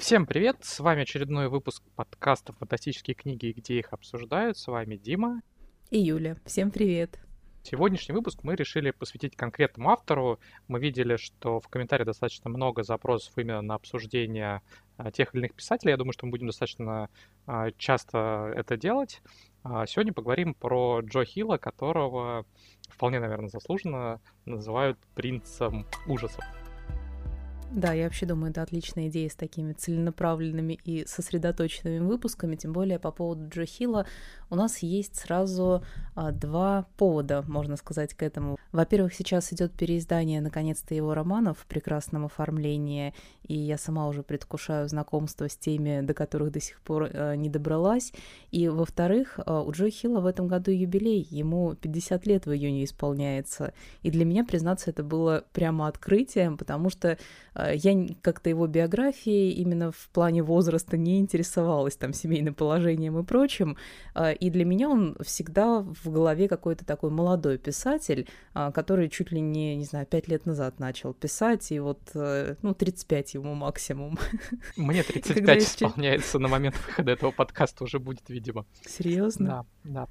Всем привет! С вами очередной выпуск подкаста «Фантастические книги, где их обсуждают». С вами Дима. И Юля. Всем привет. Сегодняшний выпуск мы решили посвятить конкретному автору. Мы видели, что в комментариях достаточно много запросов именно на обсуждение тех или иных писателей. Я думаю, что мы будем достаточно часто это делать. Сегодня поговорим про Джо Хилла, которого вполне, наверное, заслуженно называют принцем ужасов. Да, я вообще думаю, это отличная идея с такими целенаправленными и сосредоточенными выпусками, тем более по поводу Джо Хилла у нас есть сразу два повода, можно сказать, к этому. Во-первых, сейчас идет переиздание, наконец-то, его романов в прекрасном оформлении, и я сама уже предвкушаю знакомство с теми, до которых до сих пор не добралась. И, во-вторых, у Джо Хилла в этом году юбилей, ему 50 лет в июне исполняется, и для меня, признаться, это было прямо открытием, потому что я как-то его биографией именно в плане возраста не интересовалась, там, семейным положением и прочим, и для меня он всегда в голове какой-то такой молодой писатель, который чуть ли не знаю, 5 лет назад начал писать, и вот, 35 ему максимум. Мне 35 исполняется на момент выхода этого подкаста уже будет, видимо. Серьезно? Да.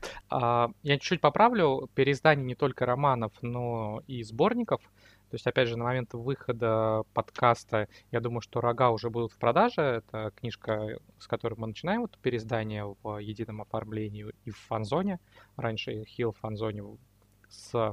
Я чуть-чуть поправлю. Переиздание не только романов, но и сборников. То есть, опять же, на момент выхода подкаста, я думаю, что «Рога» уже будут в продаже. Это книжка, с которой мы начинаем вот переиздание в едином оформлении и в фанзоне. Раньше Хилл в фанзоне с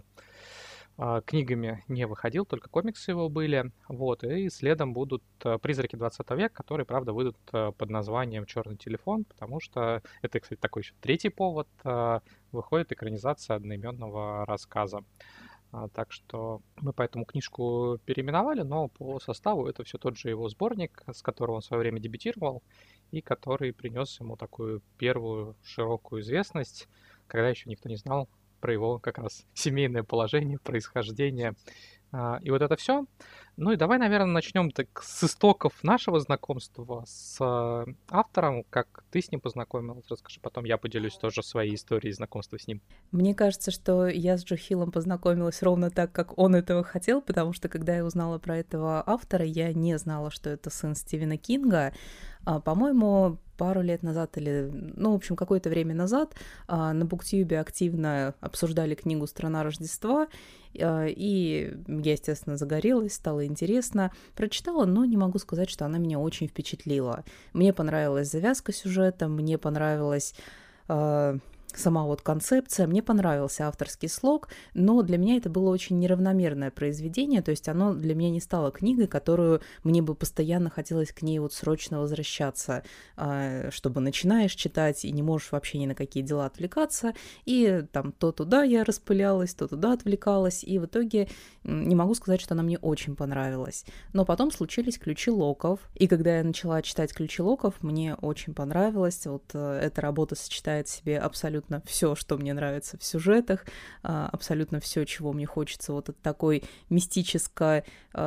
книгами не выходил, только комиксы его были. Вот, и следом будут «Призраки 20 века», которые, правда, выйдут под названием «Черный телефон», потому что это, кстати, такой еще третий повод. Выходит экранизация одноименного рассказа. Так что мы поэтому книжку переименовали, но по составу это все тот же его сборник, с которого он в свое время дебютировал, и который принес ему такую первую широкую известность, когда еще никто не знал про его как раз семейное положение, происхождение. И вот это все. Ну и давай, наверное, начнем так с истоков нашего знакомства с автором, как ты с ним познакомилась. Расскажи, потом я поделюсь тоже своей историей знакомства с ним. Мне кажется, что я с Джо Хиллом познакомилась ровно так, как он этого хотел, потому что, когда я узнала про этого автора, я не знала, что это сын Стивена Кинга. По-моему, пару лет назад или, в общем, какое-то время назад на Буктюбе активно обсуждали книгу «Страна Рождества», и я, естественно, загорелась, стало интересно. Прочитала, но не могу сказать, что она меня очень впечатлила. Мне понравилась завязка сюжета, мне понравилась сама вот концепция, мне понравился авторский слог, но для меня это было очень неравномерное произведение, то есть оно для меня не стало книгой, которую мне бы постоянно хотелось к ней вот срочно возвращаться, чтобы начинаешь читать и не можешь вообще ни на какие дела отвлекаться, и там то туда я распылялась, то туда отвлекалась, и в итоге не могу сказать, что она мне очень понравилась. Но потом случились «Ключи Локов», и когда я начала читать «Ключи Локов», мне очень понравилось, вот эта работа сочетает в себе абсолютно все, что мне нравится в сюжетах, абсолютно все, чего мне хочется вот от такой мистической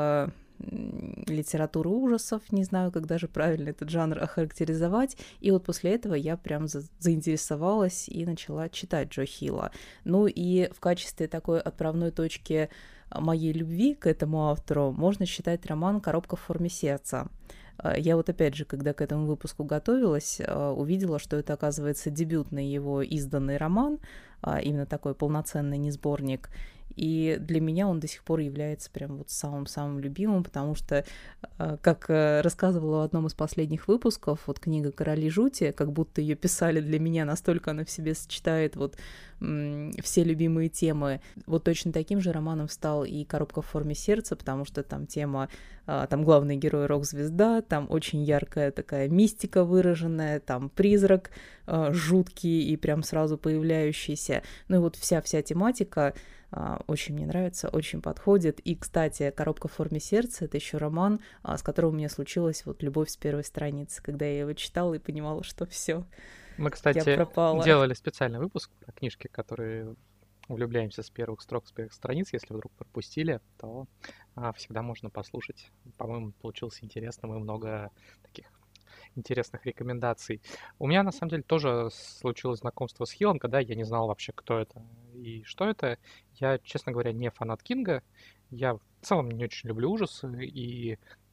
литературы ужасов, не знаю, как даже правильно этот жанр охарактеризовать, и вот после этого я прям заинтересовалась и начала читать Джо Хилла. Ну и в качестве такой отправной точки моей любви к этому автору можно считать роман «Коробка в форме сердца». Я вот опять же, когда к этому выпуску готовилась, увидела, что это, оказывается, дебютный его изданный роман, именно такой полноценный, не сборник. И для меня он до сих пор является прям вот самым-самым любимым, потому что, как рассказывала в одном из последних выпусков, вот книга «Короли жути», как будто ее писали для меня, настолько она в себе сочетает вот все любимые темы. Вот точно таким же романом стал и «Коробка в форме сердца», потому что там тема, там главный герой рок-звезда, там очень яркая такая мистика выраженная, там призрак жуткий и прям сразу появляющийся. Ну и вот вся тематика очень мне нравится, очень подходит. И, кстати, «Коробка в форме сердца» — это еще роман, с которым у меня случилась вот любовь с первой страницы, когда я его читала и понимала, что все, Мы, я кстати, пропала. делали специальный выпуск про книжки, которые влюбляемся с первых строк, с первых страниц. Если вдруг пропустили, то всегда можно послушать. По-моему, получилось интересно, и много таких интересных рекомендаций. У меня, на самом деле, тоже случилось знакомство с Хиллом, когда я не знал вообще, кто это и что это. Я, честно говоря, не фанат Кинга. Я в целом не очень люблю ужасы, и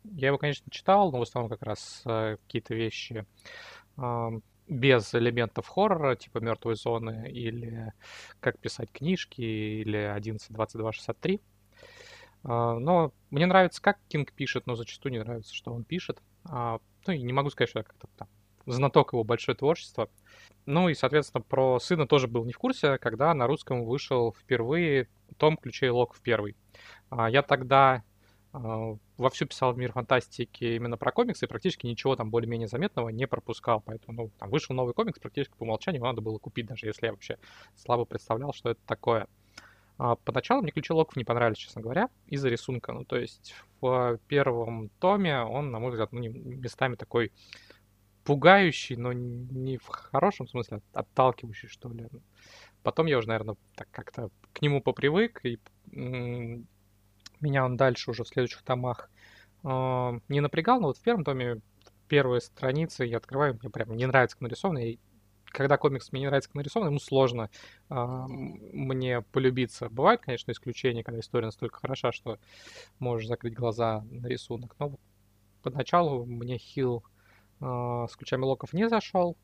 Я его, конечно, читал, но в основном как раз какие-то вещи а, без элементов хоррора, типа «Мертвой зоны» или «Как писать книжки» или «11.22.63». Но мне нравится, как Кинг пишет, но зачастую не нравится, что он пишет. Ну и не могу сказать, что я как-то там знаток его большое творчество. Ну и, соответственно, про сына тоже был не в курсе, когда на русском вышел впервые том «Ключей Локов» первый. Я тогда вовсю писал в мир фантастики именно про комиксы, и практически ничего там более-менее заметного не пропускал. Поэтому, ну, там вышел новый комикс, практически по умолчанию его надо было купить, даже если я вообще слабо представлял, что это такое. Поначалу мне «Ключи Локов» не понравились, честно говоря, из-за рисунка. Ну, то есть в первом томе он, на мой взгляд, ну, местами такой пугающий, но не в хорошем смысле, а отталкивающий, что ли. Потом я уже, наверное, так как-то к нему попривык, и меня он дальше уже в следующих томах не напрягал, но вот в первом томе первые страницы я открываю, мне прям не нравится, как нарисовано, и когда комикс мне не нравится, как нарисован, ему сложно мне полюбиться. Бывают, конечно, исключения, когда история настолько хороша, что можешь закрыть глаза на рисунок, но вот поначалу мне Хилл с «Ключами Локов» не зашел.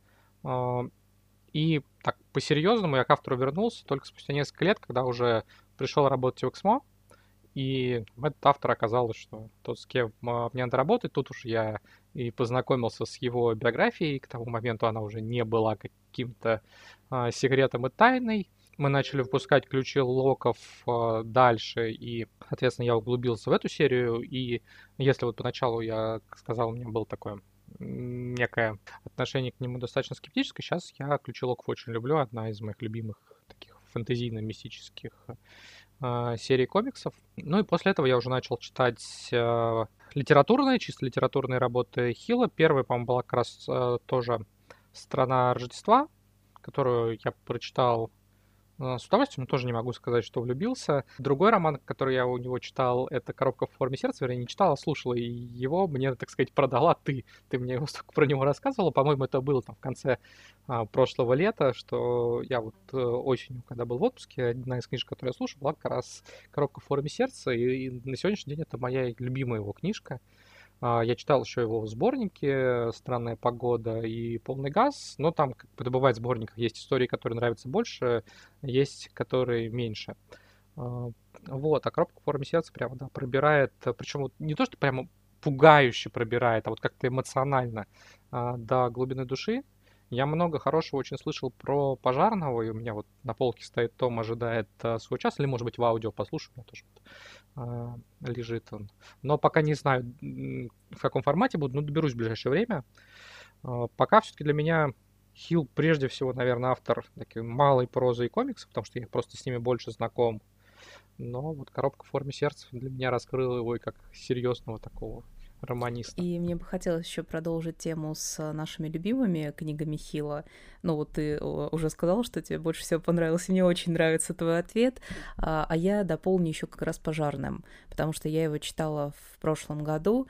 И так по-серьезному я к автору вернулся только спустя несколько лет, когда уже пришел работать в Эксмо, и этот автор оказалось, что тот, с кем мне надо работать, тут уж я и познакомился с его биографией. К тому моменту она уже не была каким-то секретом и тайной. Мы начали выпускать «Ключи Локов» дальше, и, соответственно, я углубился в эту серию. И если вот поначалу я сказал, у меня было такое некое отношение к нему достаточно скептическое, сейчас я «Ключи Локов» очень люблю. Одна из моих любимых таких фэнтезийно-мистических серий комиксов. Ну и после этого я уже начал читать литературные, чисто литературные работы Хилла. Первая, по-моему, была как раз тоже «Страна Рождества», которую я прочитал с удовольствием, но тоже не могу сказать, что влюбился. Другой роман, который я у него читал, это «Коробка в форме сердца». Вернее, не читал, а слушал. И его мне, так сказать, продала ты. Ты мне столько про него рассказывала. По-моему, это было там в конце прошлого лета, что я вот осенью, когда был в отпуске, одна из книжек, которую я слушал, была как раз «Коробка в форме сердца». И на сегодняшний день это моя любимая его книжка. Я читал еще его в сборнике «Странная погода» и «Полный газ», но там, как бы бывает в сборниках, есть истории, которые нравятся больше, есть которые меньше. Вот, а «Коробка в форме сердца» прямо, да, пробирает, причем вот не то, что прямо пугающе пробирает, а вот как-то эмоционально до глубины души. Я много хорошего очень слышал про Пожарного, и у меня вот на полке стоит том, ожидает свой час, или, может быть, в аудио послушаю, у меня тоже лежит он. Но пока не знаю, в каком формате буду, но доберусь в ближайшее время. Пока все-таки для меня Хилл прежде всего, наверное, автор такой малой прозы и комиксов, потому что я просто с ними больше знаком. Но вот «Коробка в форме сердца» для меня раскрыла его и как серьезного такого романиста. И мне бы хотелось еще продолжить тему с нашими любимыми книгами Хилла. Ну вот ты уже сказал, что тебе больше всего понравилось, и мне очень нравится твой ответ. А я дополню еще как раз «Пожарным», потому что я его читала в прошлом году,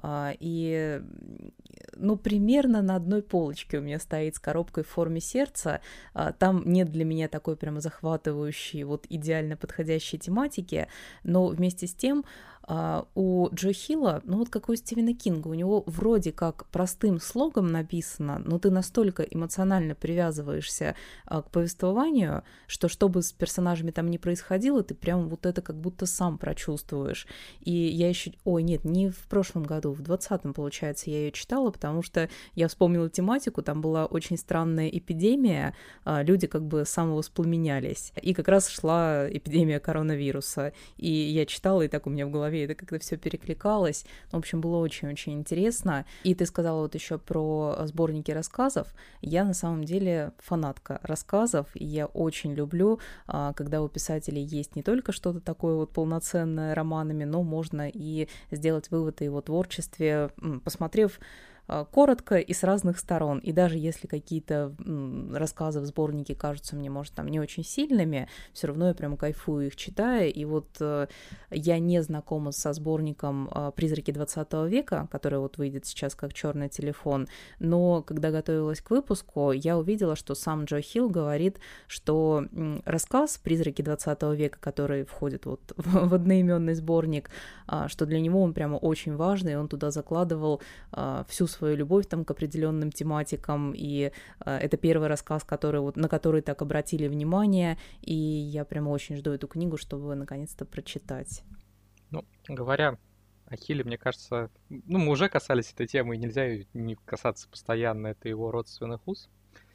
и ну, примерно на одной полочке у меня стоит с «Коробкой в форме сердца». Там нет для меня такой прямо захватывающей, вот идеально подходящей тематики, но вместе с тем у Джо Хилла, ну вот как у Стивена Кинга, у него вроде как простым слогом написано, но ты настолько эмоционально привязываешься к повествованию, что бы с персонажами там ни происходило, ты прям вот это как будто сам прочувствуешь. И я еще... Ой, нет, не в прошлом году, в 2020, получается, я ее читала, потому что я вспомнила тематику, там была очень странная эпидемия, люди как бы самовоспламенялись. И как раз шла эпидемия коронавируса. И я читала, и так у меня в голове это как-то все перекликалось. В общем, было очень-очень интересно. И ты сказала вот еще про сборники рассказов. Я на самом деле фанатка рассказов, и я очень люблю, когда у писателей есть не только что-то такое вот полноценное романами, но можно и сделать вывод о его творчестве, посмотрев коротко и с разных сторон. И даже если какие-то рассказы в сборнике кажутся мне, может, там не очень сильными, все равно я прям кайфую их читая. И вот я не знакома со сборником «Призраки 20 века», который вот выйдет сейчас как «Черный телефон», но когда готовилась к выпуску, я увидела, что сам Джо Хилл говорит, что рассказ «Призраки 20 века», который входит вот в одноименный сборник, что для него он прямо очень важный, и он туда закладывал всю свою любовь там к определенным тематикам, и это первый рассказ, на который так обратили внимание, и я прямо очень жду эту книгу, чтобы наконец-то прочитать. Ну, говоря о Хилле, мне кажется, мы уже касались этой темы, и нельзя ее не касаться постоянно, это его родственных уз.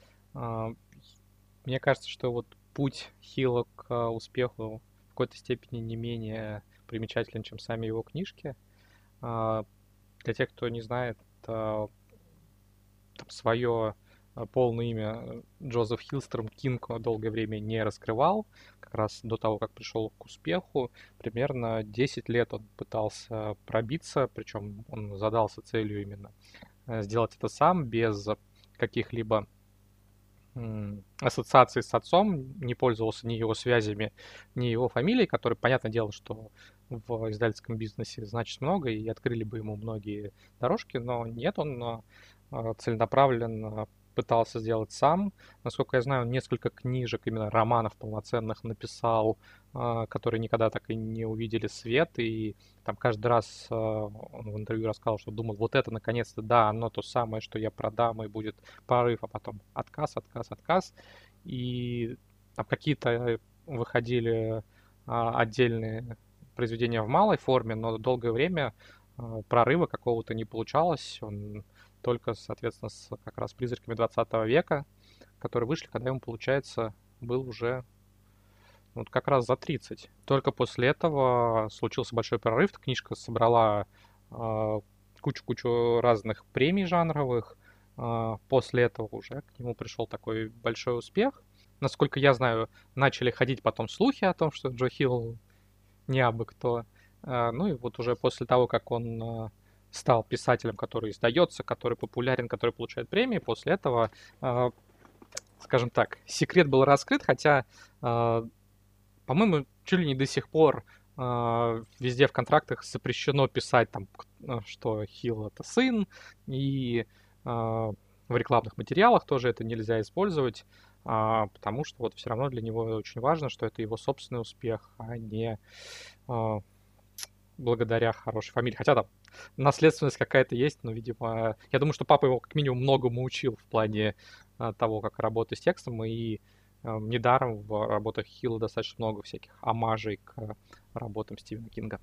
Мне кажется, что вот путь Хилла к успеху в какой-то степени не менее примечателен, чем сами его книжки. Для тех, кто не знает, свое полное имя Джозеф Хиллстром Кинг долгое время не раскрывал. Как раз до того, как пришел к успеху, примерно 10 лет он пытался пробиться, причем он задался целью именно сделать это сам, без каких-либо ассоциаций с отцом, не пользовался ни его связями, ни его фамилией, которая, понятное дело, что в издательском бизнесе значит много, и открыли бы ему многие дорожки, но нет, он целенаправленно пытался сделать сам. Насколько я знаю, он несколько книжек, именно романов полноценных написал, которые никогда так и не увидели свет, и там каждый раз он в интервью рассказал, что думал, вот это наконец-то, да, оно то самое, что я продам, и будет прорыв, а потом отказ, и там какие-то выходили отдельные произведения в малой форме, но долгое время прорыва какого-то не получалось, он только, соответственно, с как раз «Призраками 20 века», которые вышли, когда ему, получается, был уже вот как раз за 30. Только после этого случился большой прорыв. Книжка собрала кучу-кучу разных премий жанровых. После этого уже к нему пришел такой большой успех. Насколько я знаю, начали ходить потом слухи о том, что Джо Хилл не абы кто. Ну и вот уже после того, как он стал писателем, который издается, который популярен, который получает премии, после этого, скажем так, секрет был раскрыт, хотя, по-моему, чуть ли не до сих пор везде в контрактах запрещено писать, там, что Хилл — это сын, и в рекламных материалах тоже это нельзя использовать, потому что вот все равно для него очень важно, что это его собственный успех, а не благодаря хорошей фамилии. Хотя там наследственность какая-то есть, но, видимо, я думаю, что папа его как минимум многому учил в плане того, как работать с текстом, и недаром в работах Хилла достаточно много всяких омажей к работам Стивена Кинга.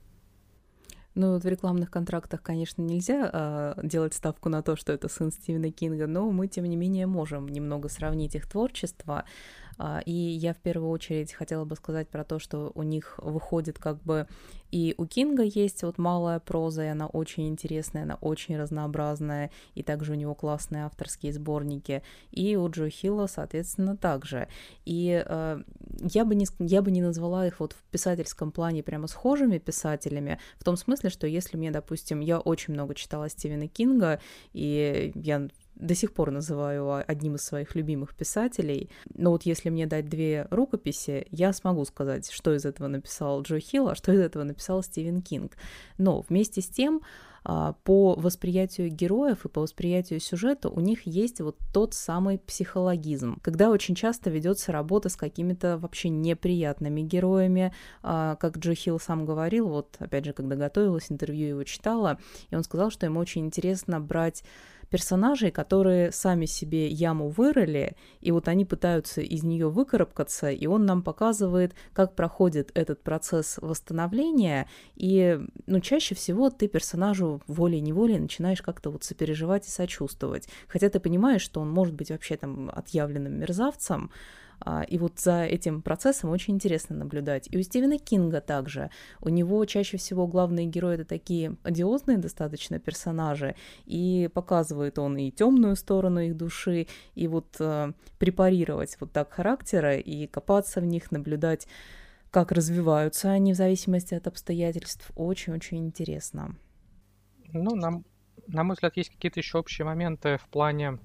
Ну, вот в рекламных контрактах, конечно, нельзя делать ставку на то, что это сын Стивена Кинга, но мы, тем не менее, можем немного сравнить их творчество. И я в первую очередь хотела бы сказать про то, что у них выходит как бы и у Кинга есть вот малая проза, и она очень интересная, она очень разнообразная, и также у него классные авторские сборники, и у Джо Хилла, соответственно, также. И я бы не назвала их вот в писательском плане прямо схожими писателями, в том смысле, что если мне, допустим, я очень много читала Стивена Кинга, и я до сих пор называю одним из своих любимых писателей. Но вот если мне дать две рукописи, я смогу сказать, что из этого написал Джо Хилл, а что из этого написал Стивен Кинг. Но вместе с тем, по восприятию героев и по восприятию сюжета у них есть вот тот самый психологизм, когда очень часто ведется работа с какими-то вообще неприятными героями, как Джо Хилл сам говорил, вот опять же, когда готовилась, интервью его читала, и он сказал, что ему очень интересно брать персонажей, которые сами себе яму вырыли, и вот они пытаются из нее выкарабкаться, и он нам показывает, как проходит этот процесс восстановления, и, чаще всего ты персонажу волей-неволей начинаешь как-то вот сопереживать и сочувствовать, хотя ты понимаешь, что он может быть вообще там отъявленным мерзавцем, и вот за этим процессом очень интересно наблюдать. И у Стивена Кинга также. У него чаще всего главные герои — это такие одиозные достаточно персонажи, и показывает он и темную сторону их души, и вот препарировать вот так характеры и копаться в них, наблюдать, как развиваются они в зависимости от обстоятельств, очень-очень интересно. Нам на мой взгляд, есть какие-то еще общие моменты в плане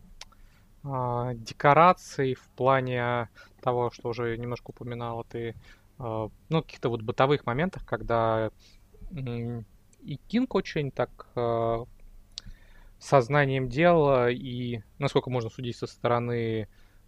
декораций, в плане того, что уже немножко упоминала ты, ну, каких-то вот бытовых моментах, когда и Кинг очень так сознанием дела и, насколько можно судить со стороны,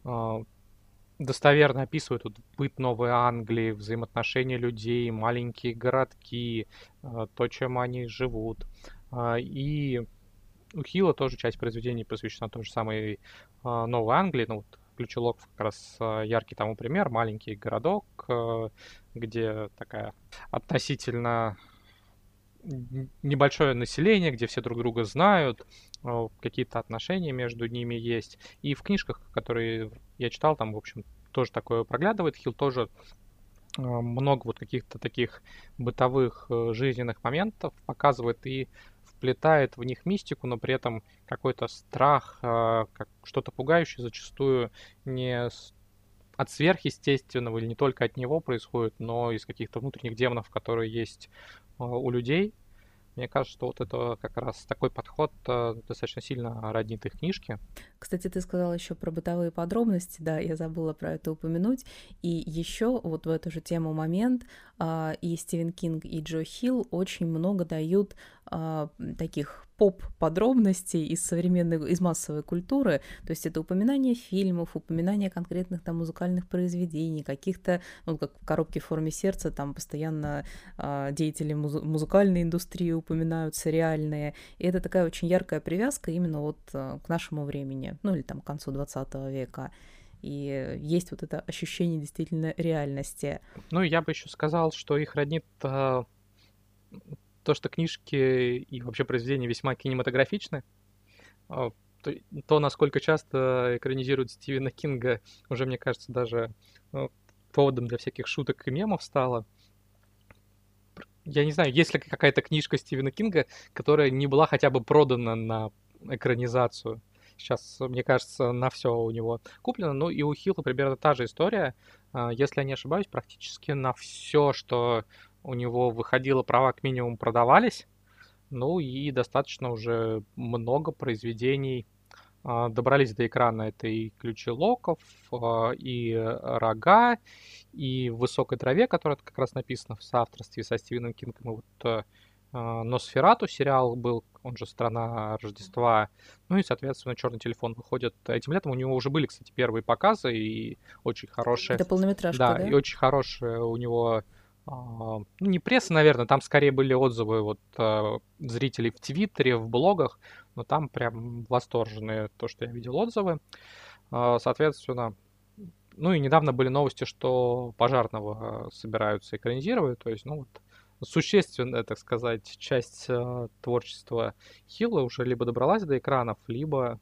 достоверно описывает вот быт Новой Англии, взаимоотношения людей, маленькие городки, то, чем они живут. И у Хилла тоже часть произведений посвящена той же самой Новой Англии. Ну, вот Ключелов как раз яркий тому пример. Маленький городок, где такая относительно небольшое население, где все друг друга знают, какие-то отношения между ними есть. И в книжках, которые я читал, там, в общем, тоже такое проглядывает. Хилл тоже много вот каких-то таких бытовых жизненных моментов показывает и вплетает в них мистику, но при этом какой-то страх, как что-то пугающее зачастую не от сверхъестественного или не только от него происходит, но из каких-то внутренних демонов, которые есть у людей. Мне кажется, что вот это как раз такой подход достаточно сильно роднит их книжки. Кстати, ты сказала еще про бытовые подробности, да, я забыла про это упомянуть. И еще вот в эту же тему момент и Стивен Кинг, и Джо Хилл очень много дают таких поп-подробностей из современной, из массовой культуры. То есть это упоминание фильмов, упоминание конкретных там музыкальных произведений, каких-то, ну, как в «Коробке в форме сердца», там постоянно деятели музыкальной индустрии упоминаются, реальные. И это такая очень яркая привязка именно вот к нашему времени, ну или там к концу 20 века. И есть вот это ощущение действительно реальности. Ну, я бы еще сказал, что их роднит то, что книжки и вообще произведения весьма кинематографичны. То, насколько часто экранизируют Стивена Кинга, уже, мне кажется, даже поводом для всяких шуток и мемов стало. Я не знаю, есть ли какая-то книжка Стивена Кинга, которая не была хотя бы продана на экранизацию. Сейчас, мне кажется, на все у него куплено. Ну и у Хилла примерно та же история. Если я не ошибаюсь, практически на все, что у него выходило, права к минимуму продавались. Ну и достаточно уже много произведений добрались до экрана. Это и «Ключи Локов», и «Рога», и «В высокой траве», которая как раз написана в соавторстве со Стивеном Кингом. И вот «Носферату» сериал был, он же «Страна Рождества». Ну и, соответственно, «Черный телефон» выходит этим летом. У него уже были, кстати, первые показы и очень хорошие. Это полнометражка, да? Да, и очень хорошие у него... Ну, не пресса, наверное, там скорее были отзывы вот зрителей в Твиттере, в блогах, но там прям восторженные то, что я видел отзывы. Соответственно, ну и недавно были новости, что «Пожарного» собираются экранизировать, то есть, ну вот, существенная, так сказать, часть творчества Хилла уже либо добралась до экранов, либо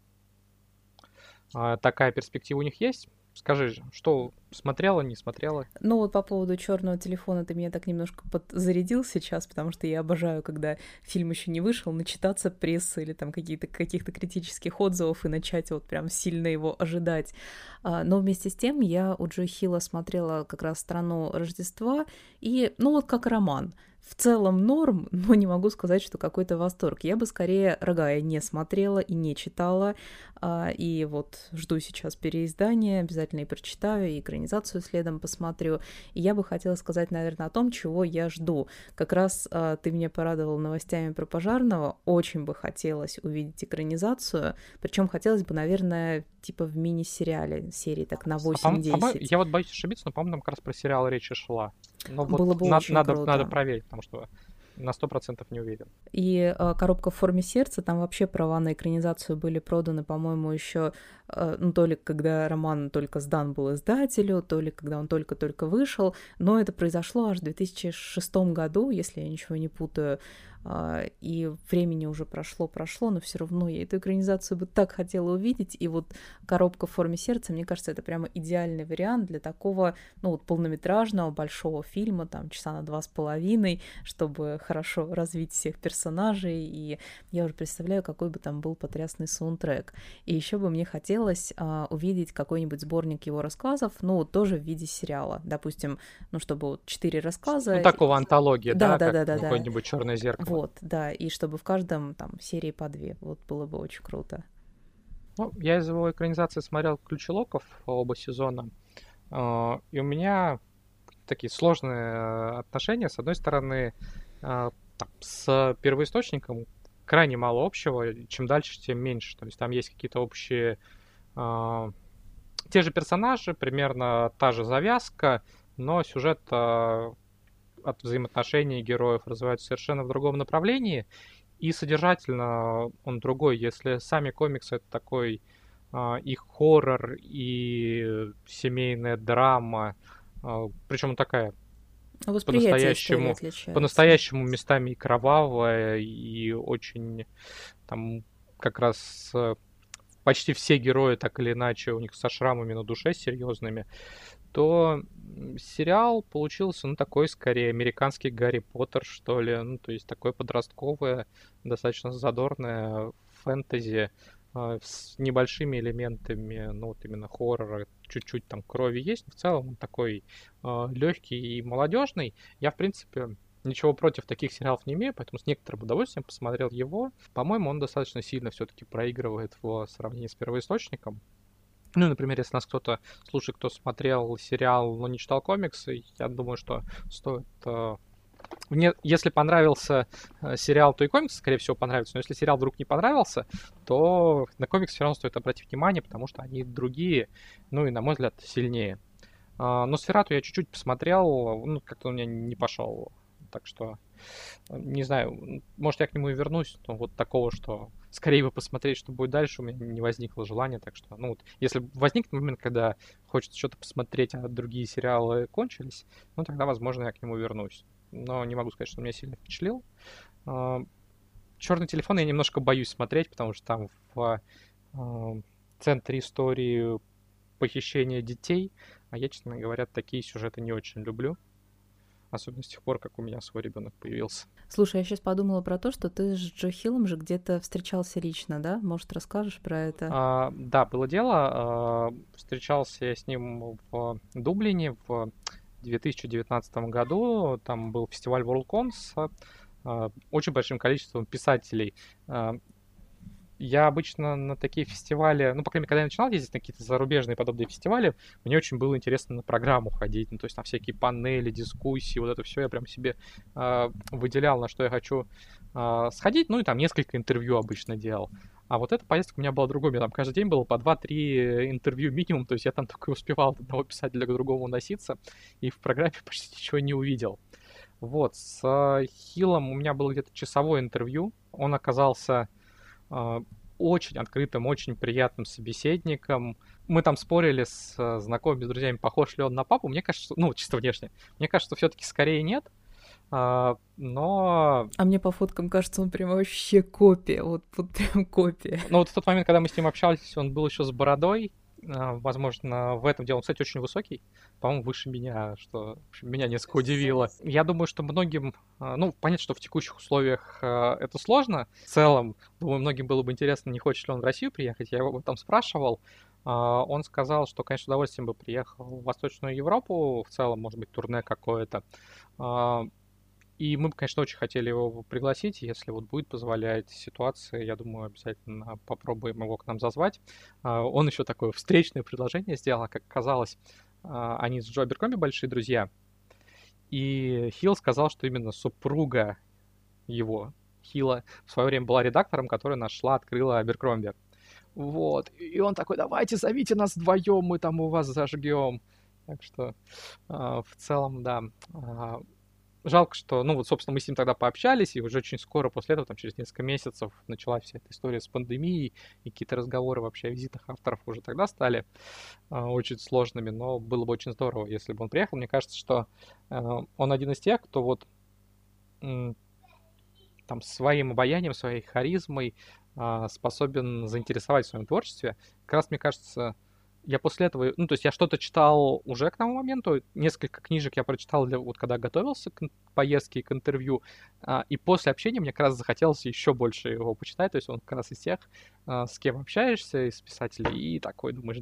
такая перспектива у них есть. Скажи, что смотрела, не смотрела? Ну вот по поводу черного телефона ты меня так немножко подзарядил сейчас, потому что я обожаю, когда фильм еще не вышел, начитаться прессы или там каких-то критических отзывов и начать вот прям сильно его ожидать. Но вместе с тем я у Джо Хилла смотрела как раз «Страну Рождества», и, ну вот как роман. В целом норм, но не могу сказать, что какой-то восторг. Я бы скорее «Рога» я не смотрела и не читала, и вот жду сейчас переиздания, обязательно и прочитаю, и экранизацию следом посмотрю. И я бы хотела сказать, наверное, о том, чего я жду. Как раз ты меня порадовал новостями про «Пожарного», очень бы хотелось увидеть экранизацию, причем хотелось бы, наверное, типа в мини-сериале, серии так на 8-10. Я вот боюсь ошибиться, но, по-моему, там как раз про сериал речь и шла. Но Было вот бы очень круто. надо проверить, потому что на 100% не уверен. И «Коробка в форме сердца», там вообще права на экранизацию были проданы, по-моему, еще, ну, то ли когда роман только сдан был издателю, то ли когда он только-только вышел, но это произошло аж в 2006 году, если я ничего не путаю, и времени уже прошло, но все равно я эту экранизацию бы так хотела увидеть, и вот «Коробка в форме сердца», мне кажется, это прямо идеальный вариант для такого, ну, вот полнометражного большого фильма, там, часа на 2,5, чтобы хорошо развить всех персонажей, и я уже представляю, какой бы там был потрясный саундтрек. И еще бы мне хотелось увидеть какой-нибудь сборник его рассказов, ну, вот тоже в виде сериала, допустим, ну, чтобы вот 4 рассказа. Ну, такого антология, да? Да. Какое-нибудь «Черное зеркало». бы. Вот, да, и чтобы в каждом там серии по две. Вот было бы очень круто. Ну, я из его экранизации смотрел «Ключелоков» оба сезона, и у меня такие сложные отношения. С одной стороны, там, с первоисточником крайне мало общего. Чем дальше, тем меньше. То есть там есть какие-то общие... те же персонажи, примерно та же завязка, но сюжет от взаимоотношений героев развивается совершенно в другом направлении. И содержательно он другой. Если сами комиксы — это такой и хоррор, и семейная драма, причем такая Восприятие истории по-настоящему, отличается. по-настоящему местами и кровавая, и очень там как раз почти все герои так или иначе у них со шрамами на душе серьезными, то сериал получился, ну, такой скорее американский Гарри Поттер, что ли. Ну, то есть такое подростковое, достаточно задорное фэнтези с небольшими элементами, ну, вот именно хоррора, чуть-чуть там крови есть, но в целом он такой легкий и молодежный. Я, в принципе, ничего против таких сериалов не имею, поэтому с некоторым удовольствием посмотрел его. По-моему, он достаточно сильно все-таки проигрывает в сравнении с первоисточником. Ну, например, если нас кто-то слушает, кто смотрел сериал, но не читал комиксы, я думаю, что стоит... Если понравился сериал, то и комиксы, скорее всего, понравятся. Но если сериал вдруг не понравился, то на комиксы все равно стоит обратить внимание, потому что они другие, ну и, на мой взгляд, сильнее. Но «Сферату» я чуть-чуть посмотрел, ну, как-то он у меня не пошел. Так что, не знаю, может, я к нему и вернусь, но вот такого, что скорее бы посмотреть, что будет дальше, у меня не возникло желания. Так что, ну вот, если возникнет момент, когда хочется что-то посмотреть, а другие сериалы кончились, ну, тогда, возможно, я к нему вернусь. Но не могу сказать, что меня сильно впечатлил. «Черный телефон» я немножко боюсь смотреть, потому что там в центре истории похищение детей, а я, честно говоря, такие сюжеты не очень люблю. Особенно с тех пор, как у меня свой ребенок появился. Слушай, я сейчас подумала про то, что ты с Джо Хиллом же где-то встречался лично, да? Может, расскажешь про это? Да, было дело. Встречался я с ним в Дублине в 2019 году. Там был фестиваль WorldCon с очень большим количеством писателей. Я обычно на такие фестивали, ну, по крайней мере, когда я начинал ездить на какие-то зарубежные подобные фестивали, мне очень было интересно на программу ходить, ну, то есть на всякие панели, дискуссии, вот это все я прям себе выделял, на что я хочу сходить, ну, и там несколько интервью обычно делал. А вот эта поездка у меня была другой, у меня там каждый день было по 2-3 интервью минимум, то есть я там только успевал от одного писателя к другому носиться, и в программе почти ничего не увидел. Вот, с Хиллом у меня было где-то часовое интервью, он оказался очень открытым, очень приятным собеседником. Мы там спорили с знакомыми, с друзьями, похож ли он на папу. Мне кажется, ну, чисто внешне. Мне кажется, все-таки скорее нет. Но... А мне по фоткам кажется, он прям вообще копия, вот прям копия. Но вот в тот момент, когда мы с ним общались, он был еще с бородой. Возможно, в этом деле он, кстати, очень высокий, по-моему, выше меня, что в общем, меня несколько удивило. Я думаю, что многим, ну, понятно, что в текущих условиях это сложно. В целом, думаю, многим было бы интересно, не хочет ли он в Россию приехать. Я его об этом спрашивал. Он сказал, что, конечно, с удовольствием бы приехал в Восточную Европу, в целом, может быть, турне какое-то. И мы бы, конечно, очень хотели его пригласить, если вот будет позволять ситуация, я думаю, обязательно попробуем его к нам зазвать. Он еще такое встречное предложение сделал, как оказалось, они с Джо Аберкромби большие друзья, и Хилл сказал, что именно супруга его, Хилла, в свое время была редактором, которая нашла, открыла Аберкромби. Вот, и он такой: давайте зовите нас вдвоем, мы там у вас зажгем. Так что в целом, да, жалко, что, ну вот, собственно, мы с ним тогда пообщались, и уже очень скоро после этого, там, через несколько месяцев, началась вся эта история с пандемией, и какие-то разговоры вообще о визитах авторов уже тогда стали очень сложными, но было бы очень здорово, если бы он приехал. Мне кажется, что он один из тех, кто вот там своим обаянием, своей харизмой способен заинтересовать в своем творчестве. Как раз, мне кажется, я после этого, ну, то есть я что-то читал уже к тому моменту, несколько книжек я прочитал, вот когда готовился к поездке и к интервью, и после общения мне как раз захотелось еще больше его почитать, то есть он как раз из тех, с кем общаешься, из писателей, и такой думаешь, да,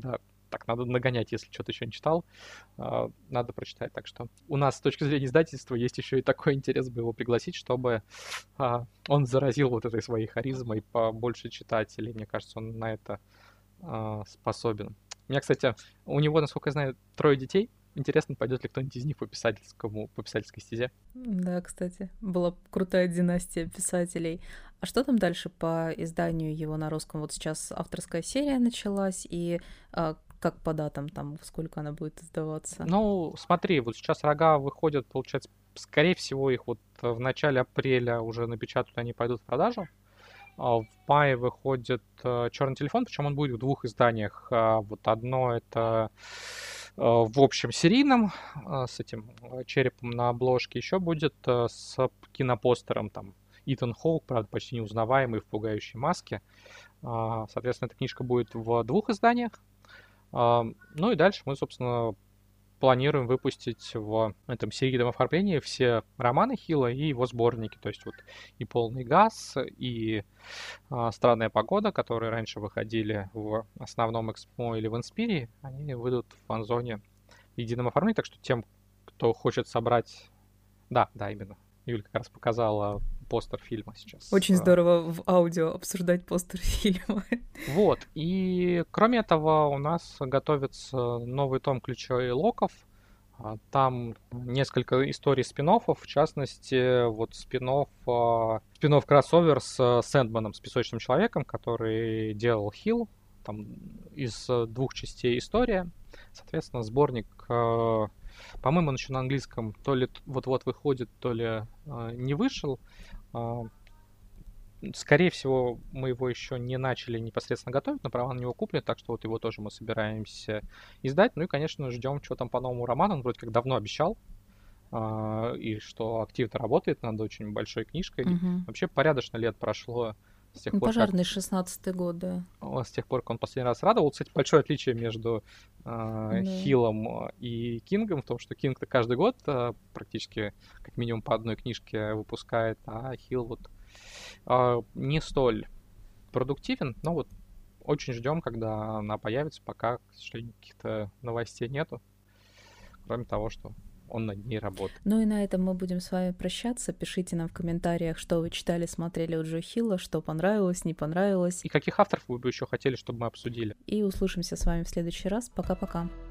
Так, надо нагонять, если что-то еще не читал. Надо прочитать. Так что у нас с точки зрения издательства есть еще и такой интерес бы его пригласить, чтобы он заразил вот этой своей харизмой побольше читателей. Мне кажется, он на это способен. У меня, кстати, у него, насколько я знаю, 3 детей. Интересно, пойдет ли кто-нибудь из них по писательской стезе. Да, кстати, была крутая династия писателей. А что там дальше по изданию его на русском? Вот сейчас авторская серия началась, и как по датам там, сколько она будет издаваться? Ну, смотри, вот сейчас «Рога» выходят, получается, скорее всего, их вот в начале апреля уже напечатают, они пойдут в продажу. В мае выходит «Черный телефон», причем он будет в 2 изданиях. Вот одно это в общем серийном, с этим черепом на обложке. Еще будет с кинопостером, там, Итан Хоук, правда, почти неузнаваемый в пугающей маске. Соответственно, эта книжка будет в 2 изданиях. Ну и дальше мы, собственно, планируем выпустить в этом серийном оформлении все романы Хилла и его сборники. То есть вот и «Полный газ», и «Странная погода», которые раньше выходили в основном Эксмо или в Инспире, они выйдут в фан-зоне в едином оформлении. Так что тем, кто хочет собрать... Да, именно. Юль как раз показала постер фильма сейчас. Очень здорово в аудио обсуждать постер фильма. Вот. И кроме этого у нас готовится новый том «Ключей Локов». Там несколько историй спин-оффов, в частности, вот спин-офф кроссовер с Сэндманом, с Песочным Человеком, который делал Хилл, там из 2 частей история. Соответственно, сборник, по-моему, он еще на английском то ли вот-вот выходит, то ли не вышел. Скорее всего, мы его еще не начали непосредственно готовить, но права на него куплены, так что вот его тоже мы собираемся издать. Ну и, конечно, ждем, что там по новому роману. Он вроде как давно обещал, и что активно работает над очень большой книжкой. Вообще порядочно лет прошло с тех пор, Пожарный 16-й год, да. С тех пор, как он последний раз радовал. Кстати, большое отличие между Хиллом и Кингом в том, что Кинг-то каждый год практически как минимум по одной книжке выпускает, а Хилл вот не столь продуктивен, но вот очень ждем, когда она появится, пока, к сожалению, каких-то новостей нету, кроме того, что он над ней работает. Ну и на этом мы будем с вами прощаться. Пишите нам в комментариях, что вы читали, смотрели у Джо Хилла, что понравилось, не понравилось. И каких авторов вы бы еще хотели, чтобы мы обсудили. И услышимся с вами в следующий раз. Пока-пока.